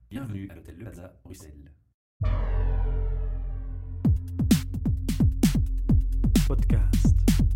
Bienvenue à l'hôtel Le Plaza, Bruxelles. Podcast.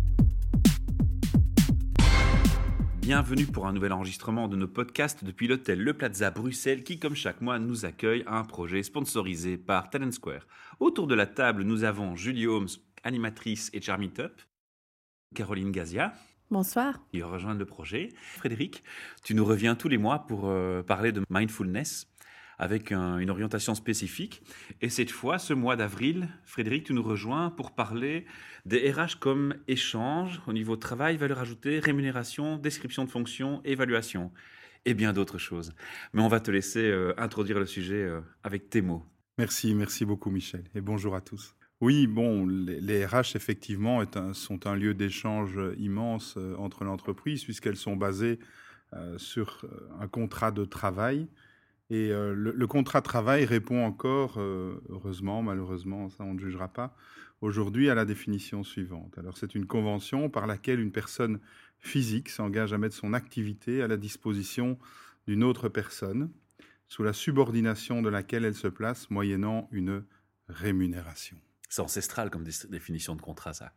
Bienvenue pour un nouvel enregistrement de nos podcasts depuis l'hôtel Le Plaza Bruxelles qui, comme chaque mois, nous accueille à un projet sponsorisé par Talent Square. Autour de la table, nous avons Julie Holmes, animatrice et Charmy Top, Caroline Gazia, Bonsoir. qui rejoint le projet. Frédéric, tu nous reviens tous les mois pour parler de mindfulness avec une orientation spécifique. Et cette fois, ce mois d'avril, Frédéric, tu nous rejoins pour parler des RH comme échange au niveau travail, valeur ajoutée, rémunération, description de fonction, évaluation et bien d'autres choses. Mais on va te laisser introduire le sujet avec tes mots. Merci beaucoup Michel et bonjour à tous. Oui, bon, les RH effectivement sont un lieu d'échange immense entre l'entreprise puisqu'elles sont basées sur un contrat de travail. Et le contrat de travail répond encore, heureusement, malheureusement, ça on ne jugera pas, aujourd'hui à la définition suivante. Alors c'est une convention par laquelle une personne physique s'engage à mettre son activité à la disposition d'une autre personne, sous la subordination de laquelle elle se place, moyennant une rémunération. C'est ancestral comme définition de contrat, ça.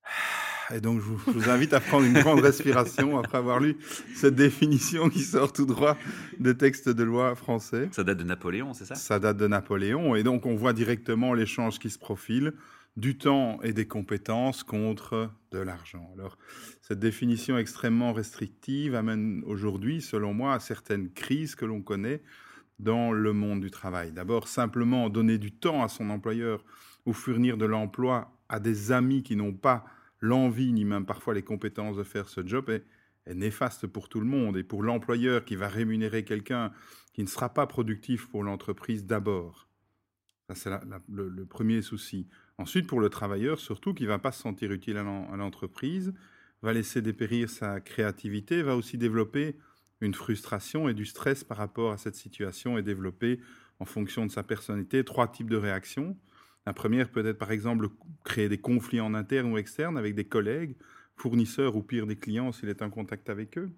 Et donc, je vous invite à prendre une grande respiration après avoir lu cette définition qui sort tout droit des textes de loi français. Ça date de Napoléon, c'est ça ? Ça date de Napoléon. Et donc, on voit directement l'échange qui se profile du temps et des compétences contre de l'argent. Alors, cette définition extrêmement restrictive amène aujourd'hui, selon moi, à certaines crises que l'on connaît dans le monde du travail. D'abord, simplement donner du temps à son employeur ou fournir de l'emploi à des amis qui n'ont pas l'envie ni même parfois les compétences de faire ce job est néfaste pour tout le monde. Et pour l'employeur qui va rémunérer quelqu'un qui ne sera pas productif pour l'entreprise d'abord. Ça, c'est le premier souci. Ensuite, pour le travailleur, surtout, qui ne va pas se sentir utile à l'entreprise, va laisser dépérir sa créativité, va aussi développer une frustration et du stress par rapport à cette situation et développer, en fonction de sa personnalité, 3 types de réactions. La première peut être, par exemple, créer des conflits en interne ou externe avec des collègues, fournisseurs ou pire des clients s'il est en contact avec eux.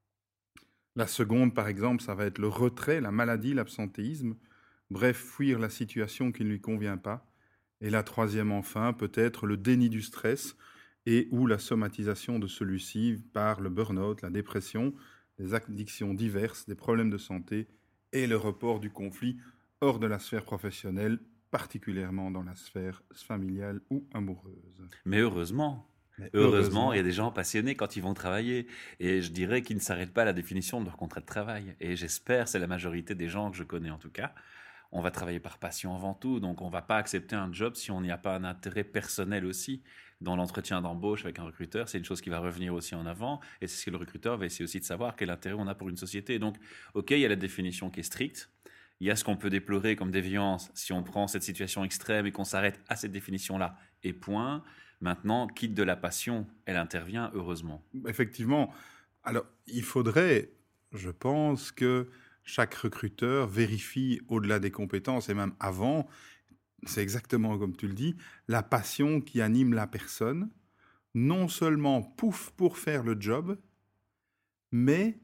La seconde, par exemple, ça va être le retrait, la maladie, l'absentéisme. Bref, fuir la situation qui ne lui convient pas. Et la troisième, enfin, peut être le déni du stress et ou la somatisation de celui-ci par le burn-out, la dépression, des addictions diverses, des problèmes de santé et le report du conflit hors de la sphère professionnelle, particulièrement dans la sphère familiale ou amoureuse. Mais heureusement, il y a des gens passionnés quand ils vont travailler. Et je dirais qu'ils ne s'arrêtent pas à la définition de leur contrat de travail. Et j'espère, c'est la majorité des gens que je connais en tout cas, on va travailler par passion avant tout. Donc on ne va pas accepter un job si on n'y a pas un intérêt personnel aussi. Dans l'entretien d'embauche avec un recruteur, c'est une chose qui va revenir aussi en avant. Et c'est ce que le recruteur va essayer aussi de savoir, quel intérêt on a pour une société. Donc, ok, il y a la définition qui est stricte. Il y a ce qu'on peut déplorer comme déviance si on prend cette situation extrême et qu'on s'arrête à cette définition-là. Et point. Maintenant, quitte de la passion, elle intervient, heureusement. Effectivement. Alors, il faudrait, je pense, que chaque recruteur vérifie au-delà des compétences et même avant, c'est exactement comme tu le dis, la passion qui anime la personne, non seulement pour faire le job, mais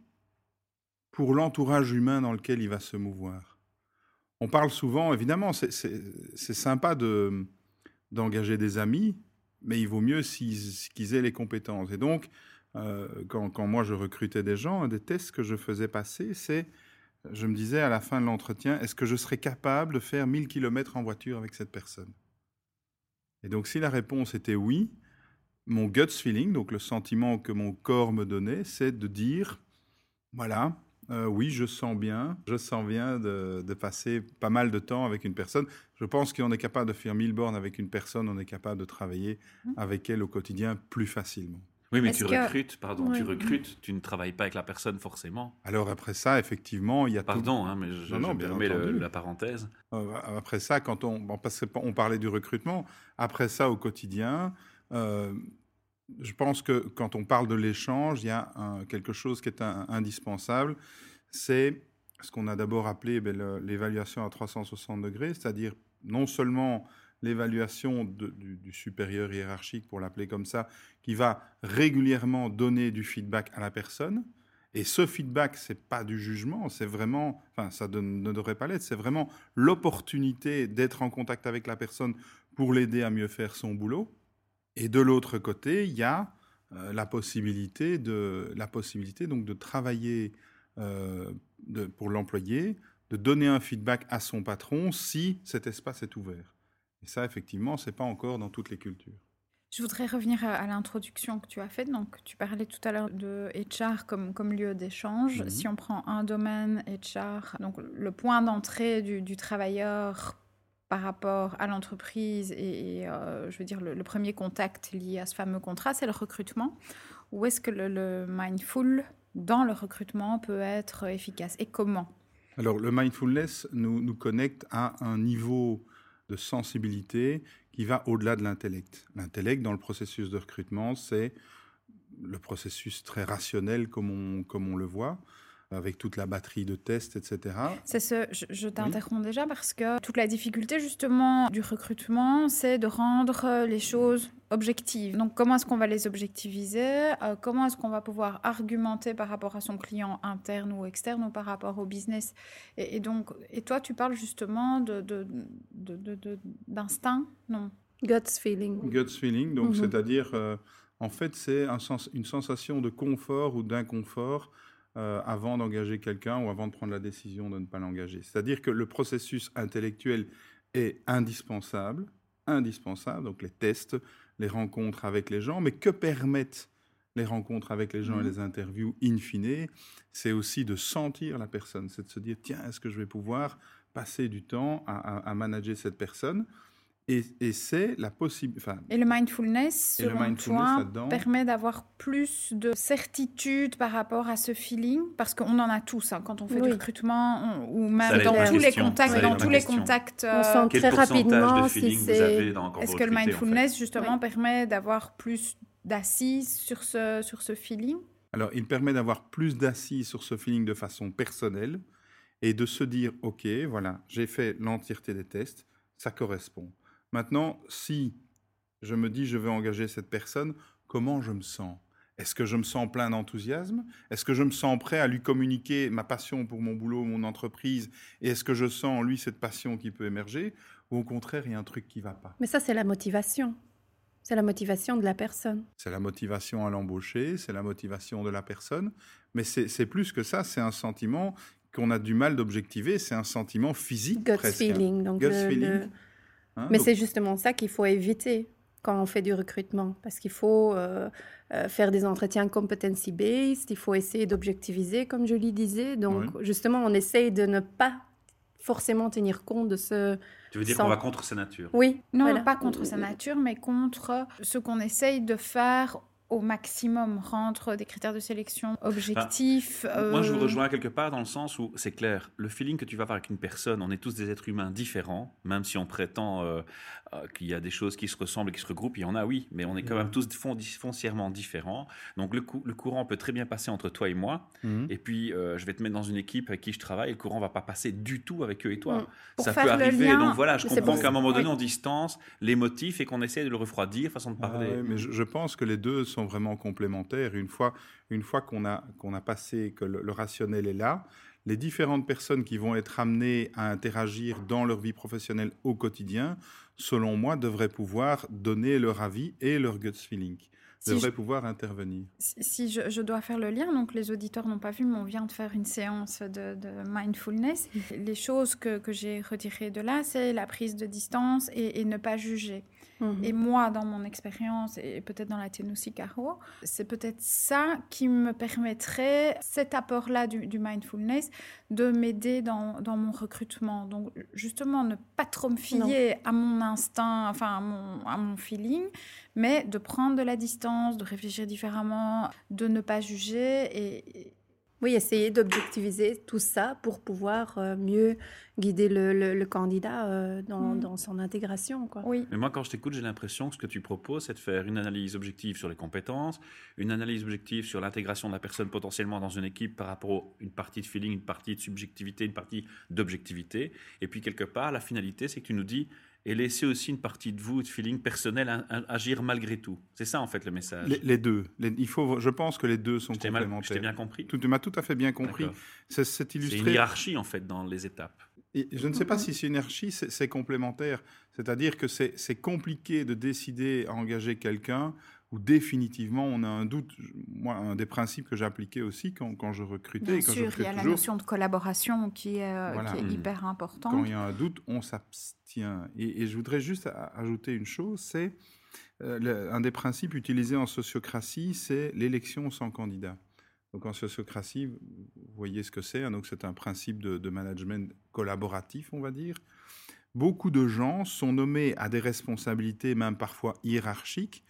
pour l'entourage humain dans lequel il va se mouvoir. On parle souvent, évidemment, c'est sympa d'engager des amis, mais il vaut mieux qu'ils aient les compétences. Et donc, quand moi je recrutais des gens, un des tests que je faisais passer, je me disais à la fin de l'entretien, est-ce que je serais capable de faire 1000 km en voiture avec cette personne ? Et donc, si la réponse était oui, mon gut feeling, donc le sentiment que mon corps me donnait, c'est de dire, voilà, oui, je sens bien de passer pas mal de temps avec une personne. Je pense qu'on est capable de faire 1000 bornes avec une personne, on est capable de travailler avec elle au quotidien plus facilement. Oui, mais tu recrutes, tu ne travailles pas avec la personne forcément. Alors après ça, effectivement, il y a mais je mets la parenthèse. Après ça, parce qu'on parlait du recrutement, après ça, au quotidien, je pense que quand on parle de l'échange, il y a quelque chose qui est indispensable, c'est ce qu'on a d'abord appelé l'évaluation à 360 degrés, c'est-à-dire non seulement l'évaluation du supérieur hiérarchique, pour l'appeler comme ça, qui va régulièrement donner du feedback à la personne, Et ce feedback, c'est pas du jugement, c'est vraiment, enfin, ça ne devrait pas l'être, c'est vraiment l'opportunité d'être en contact avec la personne pour l'aider à mieux faire son boulot. Et de l'autre côté, il y a la possibilité donc de travailler pour l'employé, de donner un feedback à son patron si cet espace est ouvert. Et ça, effectivement, c'est pas encore dans toutes les cultures. Je voudrais revenir à l'introduction que tu as faite. Donc, tu parlais tout à l'heure de HR comme lieu d'échange. Mhm. Si on prend un domaine HR, donc le point d'entrée du travailleur par rapport à l'entreprise et je veux dire le premier contact lié à ce fameux contrat, c'est le recrutement. Où est-ce que le mindful dans le recrutement peut être efficace et comment? Alors, le mindfulness nous connecte à un niveau de sensibilité qui va au-delà de l'intellect. L'intellect, dans le processus de recrutement, c'est le processus très rationnel comme on le voit, avec toute la batterie de tests, etc. Je t'interromps déjà parce que toute la difficulté justement du recrutement, c'est de rendre les choses objectives. Donc comment est-ce qu'on va les objectiviser? Comment est-ce qu'on va pouvoir argumenter par rapport à son client interne ou externe ou par rapport au business? Et toi, tu parles justement d'instinct? Non. Gut feeling. Gut feeling, donc c'est-à-dire, en fait, c'est une sensation de confort ou d'inconfort avant d'engager quelqu'un ou avant de prendre la décision de ne pas l'engager. C'est-à-dire que le processus intellectuel est indispensable, donc les tests, les rencontres avec les gens, mais que permettent les rencontres avec les gens et les interviews in fine? C'est aussi de sentir la personne, c'est de se dire, tiens, est-ce que je vais pouvoir passer du temps à manager cette personne? Et c'est la possibilité. Et le mindfulness, selon toi, permet d'avoir plus de certitude par rapport à ce feeling, parce qu'on en a tous quand on fait du recrutement ou même dans tous les contacts. On sent très rapidement si c'est. Est-ce que le mindfulness justement permet d'avoir plus d'assises sur ce feeling? Alors, il permet d'avoir plus d'assises sur ce feeling de façon personnelle et de se dire, ok, voilà, j'ai fait l'entièreté des tests, ça correspond. Maintenant, si je me dis je veux engager cette personne, comment je me sens? Est-ce que je me sens plein d'enthousiasme? Est-ce que je me sens prêt à lui communiquer ma passion pour mon boulot, mon entreprise? Et est-ce que je sens en lui cette passion qui peut émerger? Ou au contraire, il y a un truc qui ne va pas? Mais ça, c'est la motivation. C'est la motivation de la personne. C'est la motivation à l'embaucher, c'est la motivation de la personne. Mais c'est plus que ça, c'est un sentiment qu'on a du mal d'objectiver, c'est un sentiment physique Gut presque. feeling. Donc feeling. Mais c'est justement ça qu'il faut éviter quand on fait du recrutement, parce qu'il faut faire des entretiens competency-based, il faut essayer d'objectiviser, comme je le disais. Donc, justement, on essaye de ne pas forcément tenir compte de ce... Tu veux dire qu'on va contre sa nature? Oui. Non, voilà. Pas contre sa nature, mais contre ce qu'on essaye de faire au maximum, rendre des critères de sélection objectifs. Moi, je vous rejoins quelque part dans le sens où c'est clair, le feeling que tu vas avoir avec une personne, on est tous des êtres humains différents, même si on prétend qu'il y a des choses qui se ressemblent et qui se regroupent, il y en a, oui, mais on est quand même tous foncièrement différents. Donc, le courant peut très bien passer entre toi et moi, et puis je vais te mettre dans une équipe avec qui je travaille, et le courant ne va pas passer du tout avec eux et toi. Ça peut arriver, donc voilà, je comprends qu'à un moment donné, on distance les motifs et qu'on essaie de le refroidir, façon de parler. Mais je pense que les deux sont vraiment complémentaires. Une fois qu'on a passé, que le rationnel est là, les différentes personnes qui vont être amenées à interagir dans leur vie professionnelle au quotidien, selon moi, devraient pouvoir donner leur avis et leur gut feeling. Devraient pouvoir intervenir. Si je dois faire le lien, donc les auditeurs n'ont pas vu, mais on vient de faire une séance de mindfulness. Les choses que j'ai retirées de là, c'est la prise de distance et ne pas juger. Et moi, dans mon expérience, et peut-être dans la tienne aussi, Caro, c'est peut-être ça qui me permettrait, cet apport-là du mindfulness, de m'aider dans mon recrutement. Donc, justement, ne pas trop me fier à mon instinct, enfin à mon feeling, mais de prendre de la distance, de réfléchir différemment, de ne pas juger Oui, essayer d'objectiviser tout ça pour pouvoir mieux guider le candidat dans son intégration, quoi. Oui. Mais moi, quand je t'écoute, j'ai l'impression que ce que tu proposes, c'est de faire une analyse objective sur les compétences, une analyse objective sur l'intégration de la personne potentiellement dans une équipe par rapport à une partie de feeling, une partie de subjectivité, une partie d'objectivité. Et puis, quelque part, la finalité, c'est que tu nous dis, et laisser aussi une partie de vous, de feeling personnel, agir malgré tout. C'est ça, en fait, le message. Les deux. Je pense que les deux sont complémentaires. Je t'ai bien compris. Tu m'as tout à fait bien compris. C'est illustré. C'est une hiérarchie, en fait, dans les étapes. Et je ne sais pas si c'est une hiérarchie, c'est complémentaire. C'est-à-dire que c'est compliqué de décider à engager quelqu'un où définitivement on a un doute. Moi, un des principes que j'appliquais aussi quand je recrutais. Bien sûr, il y a la notion de collaboration qui est hyper importante. Quand il y a un doute, on s'abstient. Et je voudrais juste ajouter une chose, c'est un des principes utilisés en sociocratie, c'est l'élection sans candidat. Donc en sociocratie, vous voyez ce que c'est. Donc c'est un principe de management collaboratif, on va dire. Beaucoup de gens sont nommés à des responsabilités, même parfois hiérarchiques,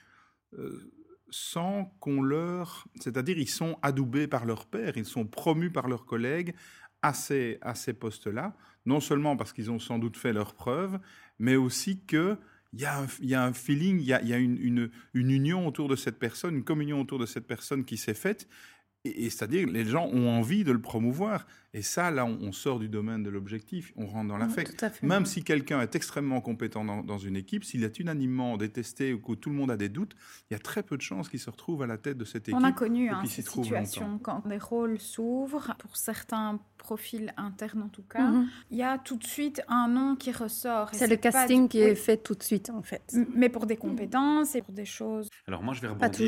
sans qu'on c'est-à-dire ils sont adoubés par leur pairs, ils sont promus par leurs collègues à ces postes-là, non seulement parce qu'ils ont sans doute fait leurs preuves, mais aussi qu'il y a un feeling, il y a une union autour de cette personne, une communion autour de cette personne qui s'est faite, et c'est-à-dire les gens ont envie de le promouvoir. Et ça, là, on sort du domaine de l'objectif, on rentre dans l'affect. Même si quelqu'un est extrêmement compétent dans une équipe, s'il est unanimement détesté ou que tout le monde a des doutes, il y a très peu de chances qu'il se retrouve à la tête de cette équipe. On a connu ces situations quand des rôles s'ouvrent, pour certains profils internes en tout cas, il y a tout de suite un nom qui ressort. C'est le casting qui est fait tout de suite, en fait. Mais pour des compétences et pour des choses... Alors moi, je vais rebondir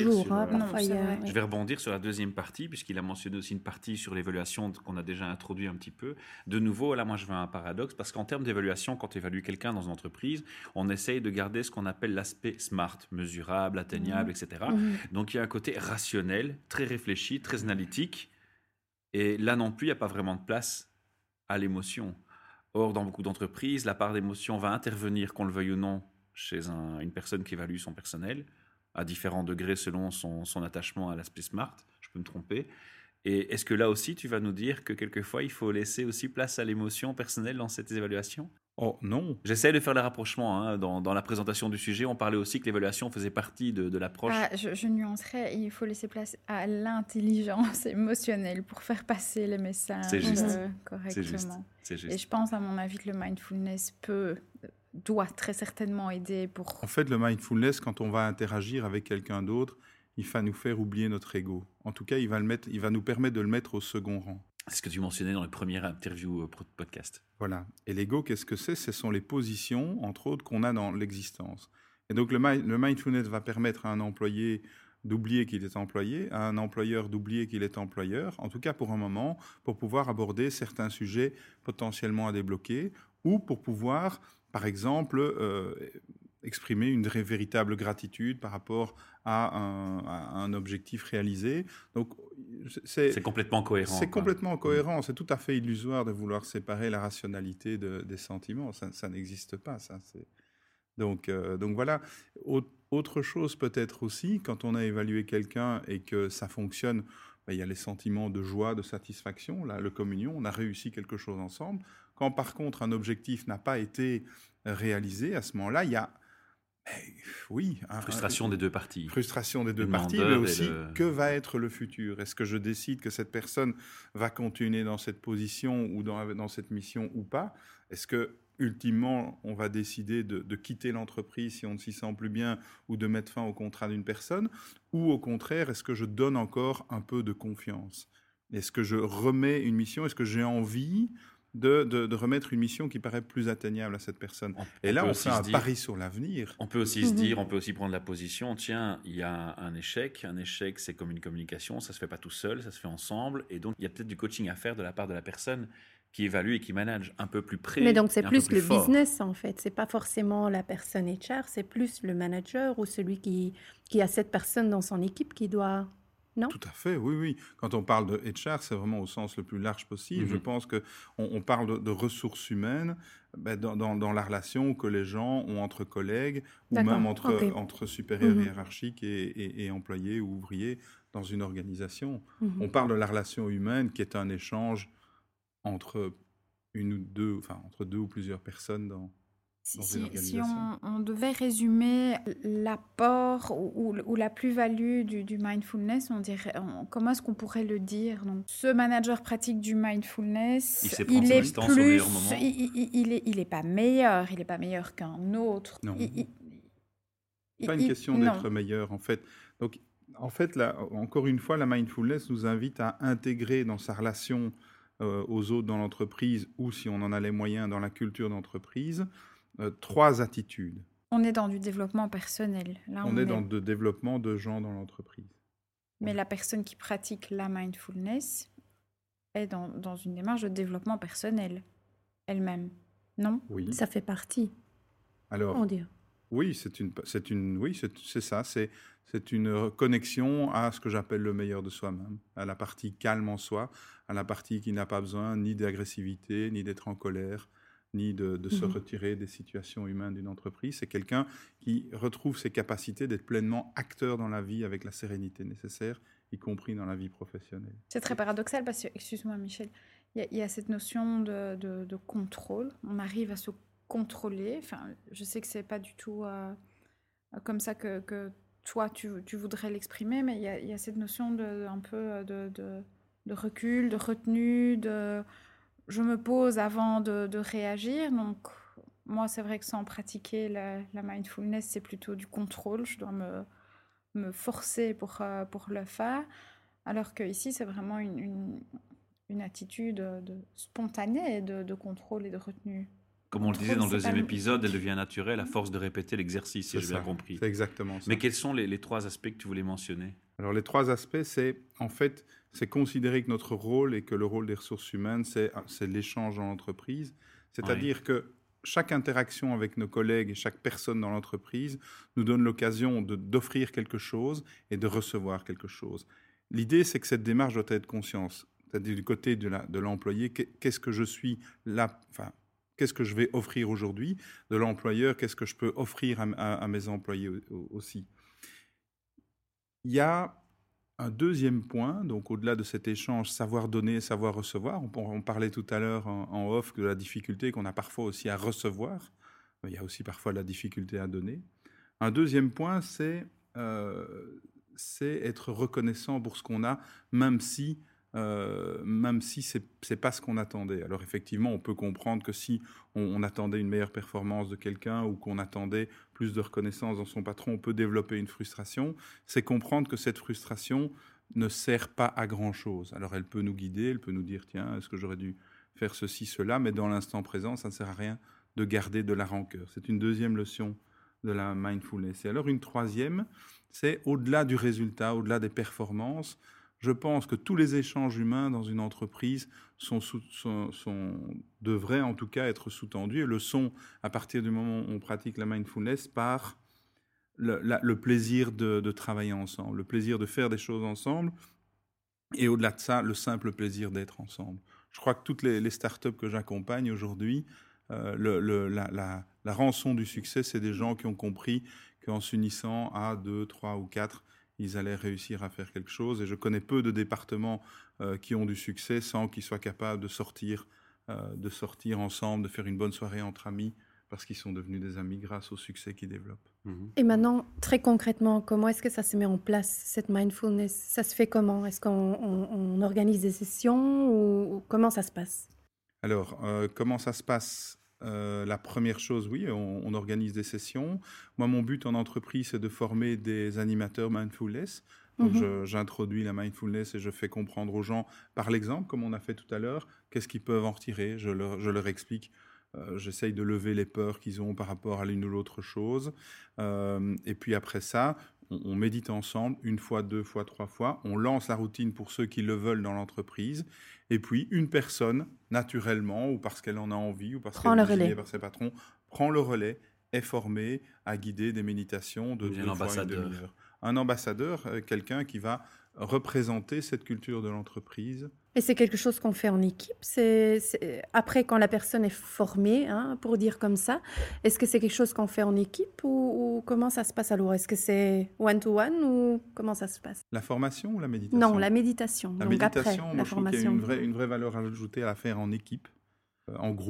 je vais rebondir sur la deuxième partie, puisqu'il a mentionné aussi une partie sur l'évaluation qu'on a déjà introduit un petit peu. De nouveau, là, moi, je veux un paradoxe, parce qu'en termes d'évaluation, quand on évalue quelqu'un dans une entreprise, on essaye de garder ce qu'on appelle l'aspect SMART, mesurable, atteignable, etc. Donc, il y a un côté rationnel, très réfléchi, très analytique. Et là non plus, il n'y a pas vraiment de place à l'émotion. Or, dans beaucoup d'entreprises, la part d'émotion va intervenir, qu'on le veuille ou non, chez une personne qui évalue son personnel, à différents degrés selon son attachement à l'aspect SMART. Je peux me tromper. Et est-ce que là aussi, tu vas nous dire que quelquefois, il faut laisser aussi place à l'émotion personnelle dans cette évaluation ? Oh non. J'essaie de faire le rapprochement. Dans la présentation du sujet, on parlait aussi que l'évaluation faisait partie de l'approche. Je nuancerais, il faut laisser place à l'intelligence émotionnelle pour faire passer les messages correctement. C'est juste. Et je pense, à mon avis, que le mindfulness doit très certainement aider pour... En fait, le mindfulness, quand on va interagir avec quelqu'un d'autre, il va nous faire oublier notre ego. En tout cas, il va nous permettre de le mettre au second rang. C'est ce que tu mentionnais dans les premières interviews podcast. Voilà. Et l'ego, qu'est-ce que c'est ? Ce sont les positions, entre autres, qu'on a dans l'existence. Et donc, le mindfulness va permettre à un employé d'oublier qu'il est employé, à un employeur d'oublier qu'il est employeur, en tout cas pour un moment, pour pouvoir aborder certains sujets potentiellement à débloquer, ou pour pouvoir, par exemple, exprimer une véritable gratitude par rapport à un objectif réalisé. Donc, c'est complètement cohérent. C'est complètement cohérent. C'est tout à fait illusoire de vouloir séparer la rationalité des sentiments. Ça n'existe pas. Donc voilà. Autre chose peut-être aussi, quand on a évalué quelqu'un et que ça fonctionne, il y a les sentiments de joie, de satisfaction, là, le communion, on a réussi quelque chose ensemble. Quand par contre un objectif n'a pas été réalisé, à ce moment-là, il y a frustration des deux parties. Frustration des deux parties, mais aussi que va être le futur ? Est-ce que je décide que cette personne va continuer dans cette position ou dans cette mission ou pas ? Est-ce que ultimement on va décider de quitter l'entreprise si on ne s'y sent plus bien ou de mettre fin au contrat d'une personne ? Ou au contraire, est-ce que je donne encore un peu de confiance ? Est-ce que je remets une mission ? Est-ce que j'ai envie de remettre une mission qui paraît plus atteignable à cette personne. Et là, on fait un pari sur l'avenir. On peut aussi se dire, on peut aussi prendre la position, tiens, il y a un échec, c'est comme une communication, ça se fait pas tout seul, ça se fait ensemble, et donc il y a peut-être du coaching à faire de la part de la personne qui évalue et qui manage un peu plus près. Mais donc c'est plus le business en fait, c'est pas forcément la personne HR, c'est plus le manager ou celui qui a cette personne dans son équipe qui doit... Non ? Tout à fait, oui. Quand on parle de HR, c'est vraiment au sens le plus large possible. Je pense qu'on parle de ressources humaines dans la relation que les gens ont entre collègues ou même entre supérieurs hiérarchiques et employés ou ouvriers dans une organisation. On parle de la relation humaine qui est un échange entre deux ou plusieurs personnes Si on devait résumer l'apport ou la plus-value du mindfulness, comment est-ce qu'on pourrait le dire? Donc, ce manager pratique du mindfulness, il sait prendre ses distances au meilleur moment. Il n'est pas meilleur, il n'est pas meilleur qu'un autre. Non. Pas une question d'être meilleur, en fait. Donc, en fait, là, encore une fois, la mindfulness nous invite à intégrer dans sa relation aux autres dans l'entreprise, ou si on en a les moyens, dans la culture d'entreprise, 3 attitudes. On est dans du développement personnel. Là, on est dans le développement de gens dans l'entreprise. Mais la personne qui pratique la mindfulness est dans une démarche de développement personnel elle-même, non? Oui. Ça fait partie. Alors, on dit. Oui, c'est ça. C'est une connexion à ce que j'appelle le meilleur de soi-même, à la partie calme en soi, à la partie qui n'a pas besoin ni d'agressivité, ni d'être en colère, ni de se retirer des situations humaines d'une entreprise. C'est quelqu'un qui retrouve ses capacités d'être pleinement acteur dans la vie avec la sérénité nécessaire, y compris dans la vie professionnelle. C'est très paradoxal parce que, excuse-moi Michel, il y a cette notion de contrôle. On arrive à se contrôler. Enfin, je sais que c'est pas du tout comme ça que toi tu voudrais l'exprimer, mais il y a cette notion un peu de recul, de retenue, je me pose avant de réagir. Donc moi c'est vrai que sans pratiquer la mindfulness, c'est plutôt du contrôle. Je dois me forcer pour le faire, alors que ici c'est vraiment une attitude spontanée de contrôle et de retenue. Comme on le disait dans le deuxième épisode, elle devient naturelle à force de répéter l'exercice, si j'ai bien compris. C'est exactement ça. Mais quels sont les 3 aspects que tu voulais mentionner? Alors les 3 aspects, c'est considérer que notre rôle et que le rôle des ressources humaines, c'est l'échange dans l'entreprise. C'est-à-dire que chaque interaction avec nos collègues et chaque personne dans l'entreprise nous donne l'occasion d'offrir quelque chose et de recevoir quelque chose. L'idée, c'est que cette démarche doit être consciente. C'est-à-dire du côté de l'employé, qu'est-ce que je suis là, qu'est-ce que je vais offrir aujourd'hui? De l'employeur, qu'est-ce que je peux offrir à mes employés aussi? Il y a un deuxième point, donc au-delà de cet échange, savoir donner, savoir recevoir. On parlait tout à l'heure en off de la difficulté qu'on a parfois aussi à recevoir. Il y a aussi parfois la difficulté à donner. Un deuxième point, c'est être reconnaissant pour ce qu'on a, même si c'est pas ce qu'on attendait. Alors effectivement, on peut comprendre que si on attendait une meilleure performance de quelqu'un ou qu'on attendait plus de reconnaissance dans son patron, on peut développer une frustration. C'est comprendre que cette frustration ne sert pas à grand-chose. Alors elle peut nous guider, elle peut nous dire tiens, est-ce que j'aurais dû faire ceci, cela, mais dans l'instant présent, ça ne sert à rien de garder de la rancœur. C'est une deuxième leçon de la mindfulness. Et alors une troisième, c'est au-delà du résultat, au-delà des performances. Je pense que tous les échanges humains dans une entreprise devraient en tout cas être sous-tendus et le sont à partir du moment où on pratique la mindfulness par le plaisir de travailler ensemble, le plaisir de faire des choses ensemble et au-delà de ça, le simple plaisir d'être ensemble. Je crois que toutes les startups que j'accompagne aujourd'hui, la rançon du succès, c'est des gens qui ont compris qu'en s'unissant à 2, 3 ou 4, ils allaient réussir à faire quelque chose. Et je connais peu de départements qui ont du succès sans qu'ils soient capables de sortir ensemble, de faire une bonne soirée entre amis, parce qu'ils sont devenus des amis grâce au succès qu'ils développent. Et maintenant, très concrètement, comment est-ce que ça se met en place, cette mindfulness? Ça se fait comment? Est-ce qu'on organise des sessions ou comment ça se passe? Alors, comment ça se passe? La première chose, oui, on organise des sessions. Moi, mon but en entreprise, c'est de former des animateurs mindfulness. Donc, j'introduis la mindfulness et je fais comprendre aux gens, par l'exemple, comme on a fait tout à l'heure, qu'est-ce qu'ils peuvent en retirer. Je leur explique. J'essaye de lever les peurs qu'ils ont par rapport à l'une ou l'autre chose. Et puis après ça, on médite ensemble, 1 fois, 2 fois, 3 fois. On lance la routine pour ceux qui le veulent dans l'entreprise. Et puis, une personne, naturellement, ou parce qu'elle en a envie, ou parce qu'elle est désignée par ses patrons, prend le relais, est formée à guider des méditations de 2 fois une demi-heure. Un ambassadeur, quelqu'un qui va représenter cette culture de l'entreprise. Et c'est quelque chose qu'on fait en équipe. Après, quand la personne est formée, pour dire comme ça, est-ce que c'est quelque chose qu'on fait en équipe ou comment ça se passe alors? Est-ce que c'est one-to-one ou comment ça se passe? La formation ou la méditation? Non, la méditation. La donc méditation, après, moi, je trouve qu'il y a une vraie valeur ajoutée à la faire en équipe, en groupe.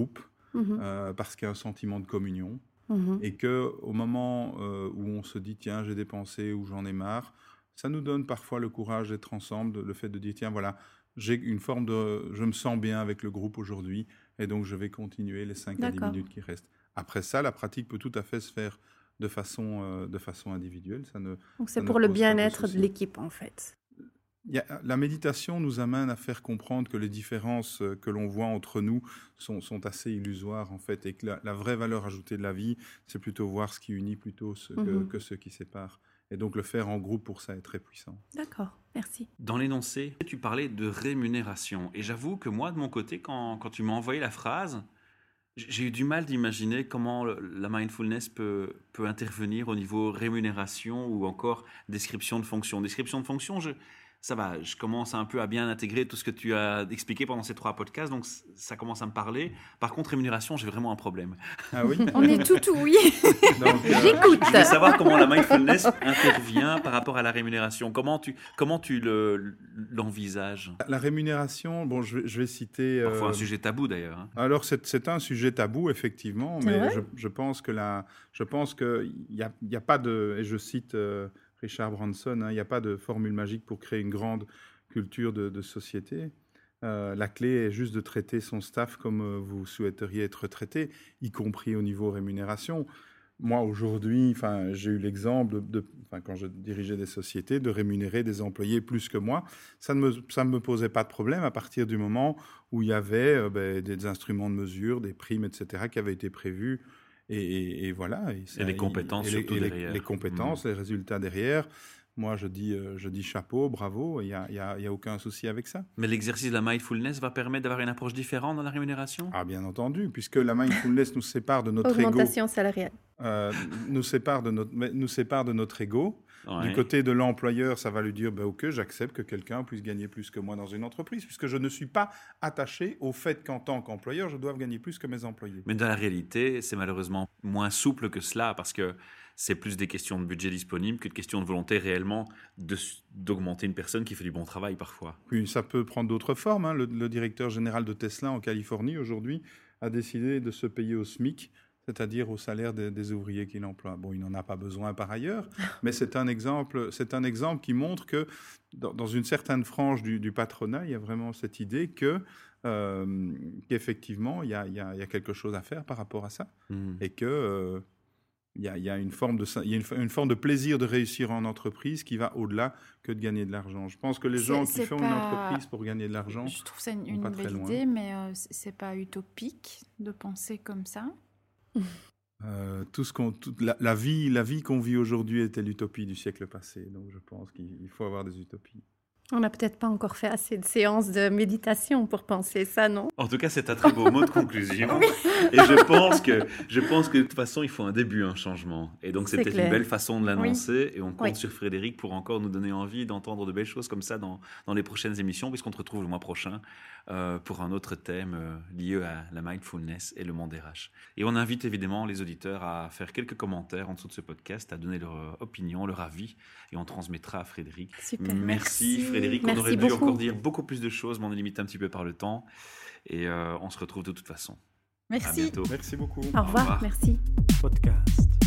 parce qu'il y a un sentiment de communion. Mhm. Et qu'au moment où on se dit, tiens, j'ai dépensé ou j'en ai marre, ça nous donne parfois le courage d'être ensemble, le fait de dire, tiens, voilà, j'ai une forme de... Je me sens bien avec le groupe aujourd'hui, et donc je vais continuer les 5 à 10 minutes qui restent. Après ça, la pratique peut tout à fait se faire de façon individuelle. Donc c'est pour le bien-être de l'équipe, en fait. La méditation nous amène à faire comprendre que les différences que l'on voit entre nous sont assez illusoires, en fait, et que la vraie valeur ajoutée de la vie, c'est plutôt voir ce qui unit plutôt que ce qui sépare. Et donc le faire en groupe, pour ça, est très puissant. D'accord, merci. Dans l'énoncé, tu parlais de rémunération. Et j'avoue que moi, de mon côté, quand tu m'as envoyé la phrase, j'ai eu du mal d'imaginer comment la mindfulness peut intervenir au niveau rémunération ou encore description de fonction. Description de fonction, ça va, je commence un peu à bien intégrer tout ce que tu as expliqué pendant ces 3 podcasts, donc ça commence à me parler. Par contre, rémunération, j'ai vraiment un problème. Ah oui. On est tout oui. J'écoute. Je veux savoir comment la mindfulness intervient par rapport à la rémunération. Comment tu l'envisages? La rémunération, bon, je vais citer... Parfois un sujet tabou d'ailleurs. Hein. Alors c'est un sujet tabou, effectivement, mais je pense qu'il n'y a pas de... Et je cite... Richard Branson, il n'y a pas de formule magique pour créer une grande culture de société. La clé est juste de traiter son staff comme vous souhaiteriez être traité, y compris au niveau rémunération. Moi, aujourd'hui, j'ai eu l'exemple, quand je dirigeais des sociétés, de rémunérer des employés plus que moi. Ça ne me posait pas de problème à partir du moment où il y avait des instruments de mesure, des primes, etc., qui avaient été prévus. Et voilà. Et les compétences surtout derrière. Les compétences, les résultats derrière. Moi, je dis chapeau, bravo, il n'y a aucun souci avec ça. Mais l'exercice de la mindfulness va permettre d'avoir une approche différente dans la rémunération? Ah, bien entendu, puisque la mindfulness nous sépare de notre ego. Augmentation salariale. Nous sépare de notre ego. Ouais. Du côté de l'employeur, ça va lui dire ok, j'accepte que quelqu'un puisse gagner plus que moi dans une entreprise, puisque je ne suis pas attaché au fait qu'en tant qu'employeur, je dois gagner plus que mes employés. Mais dans la réalité, c'est malheureusement moins souple que cela, parce que c'est plus des questions de budget disponible que de questions de volonté réellement d'augmenter une personne qui fait du bon travail parfois. Puis ça peut prendre d'autres formes. Hein. Le directeur général de Tesla en Californie aujourd'hui a décidé de se payer au SMIC, c'est-à-dire au salaire des ouvriers qu'il emploie. Bon, il n'en a pas besoin par ailleurs, mais c'est un exemple qui montre que dans une certaine frange du patronat, il y a vraiment cette idée qu'effectivement, il y a quelque chose à faire par rapport à ça, et que il y a une forme de plaisir de réussir en entreprise qui va au-delà que de gagner de l'argent. Je pense que les gens qui font une entreprise pour gagner de l'argent, je trouve ça une belle idée, mais c'est pas utopique de penser comme ça. La vie qu'on vit aujourd'hui était l'utopie du siècle passé, donc je pense qu'il faut avoir des utopies. On n'a peut-être pas encore fait assez de séances de méditation pour penser ça, non? En tout cas, c'est un très beau mot de conclusion. Et je pense que de toute façon, il faut un début, un changement. Et donc, c'est peut-être une belle façon de l'annoncer. Et on compte sur Frédéric pour encore nous donner envie d'entendre de belles choses comme ça dans les prochaines émissions, puisqu'on te retrouve le mois prochain pour un autre thème lié à la mindfulness et le monde RH. Et on invite évidemment les auditeurs à faire quelques commentaires en dessous de ce podcast, à donner leur opinion, leur avis, et on transmettra à Frédéric. Super. Merci Frédéric. On aurait dû encore dire beaucoup plus de choses, mais on est limité un petit peu par le temps. Et on se retrouve de toute façon. Merci. À bientôt. Merci beaucoup. Au revoir. Merci. Podcast.